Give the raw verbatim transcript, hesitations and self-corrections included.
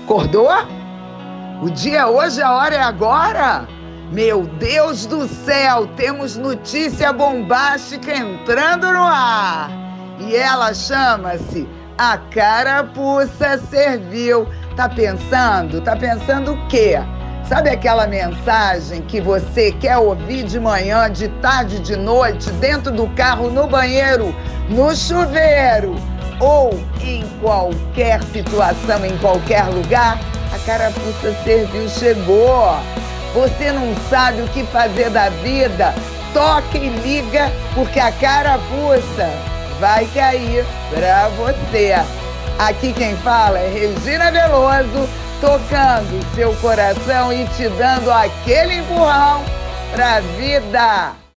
Acordou? O dia é hoje, a hora é agora? Meu Deus do céu, temos notícia bombástica entrando no ar. E ela chama-se A Carapuça Serviu. Tá pensando? Tá pensando o quê? Sabe aquela mensagem que você quer ouvir de manhã, de tarde, de noite, dentro do carro, no banheiro, no chuveiro ou em qualquer situação, em qualquer lugar? A Carapuça Serviu chegou. Você não sabe o que fazer da vida? Toca e liga, porque a carapuça vai cair pra você. Aqui quem fala é Regina Veloso, tocando seu coração e te dando aquele empurrão pra vida.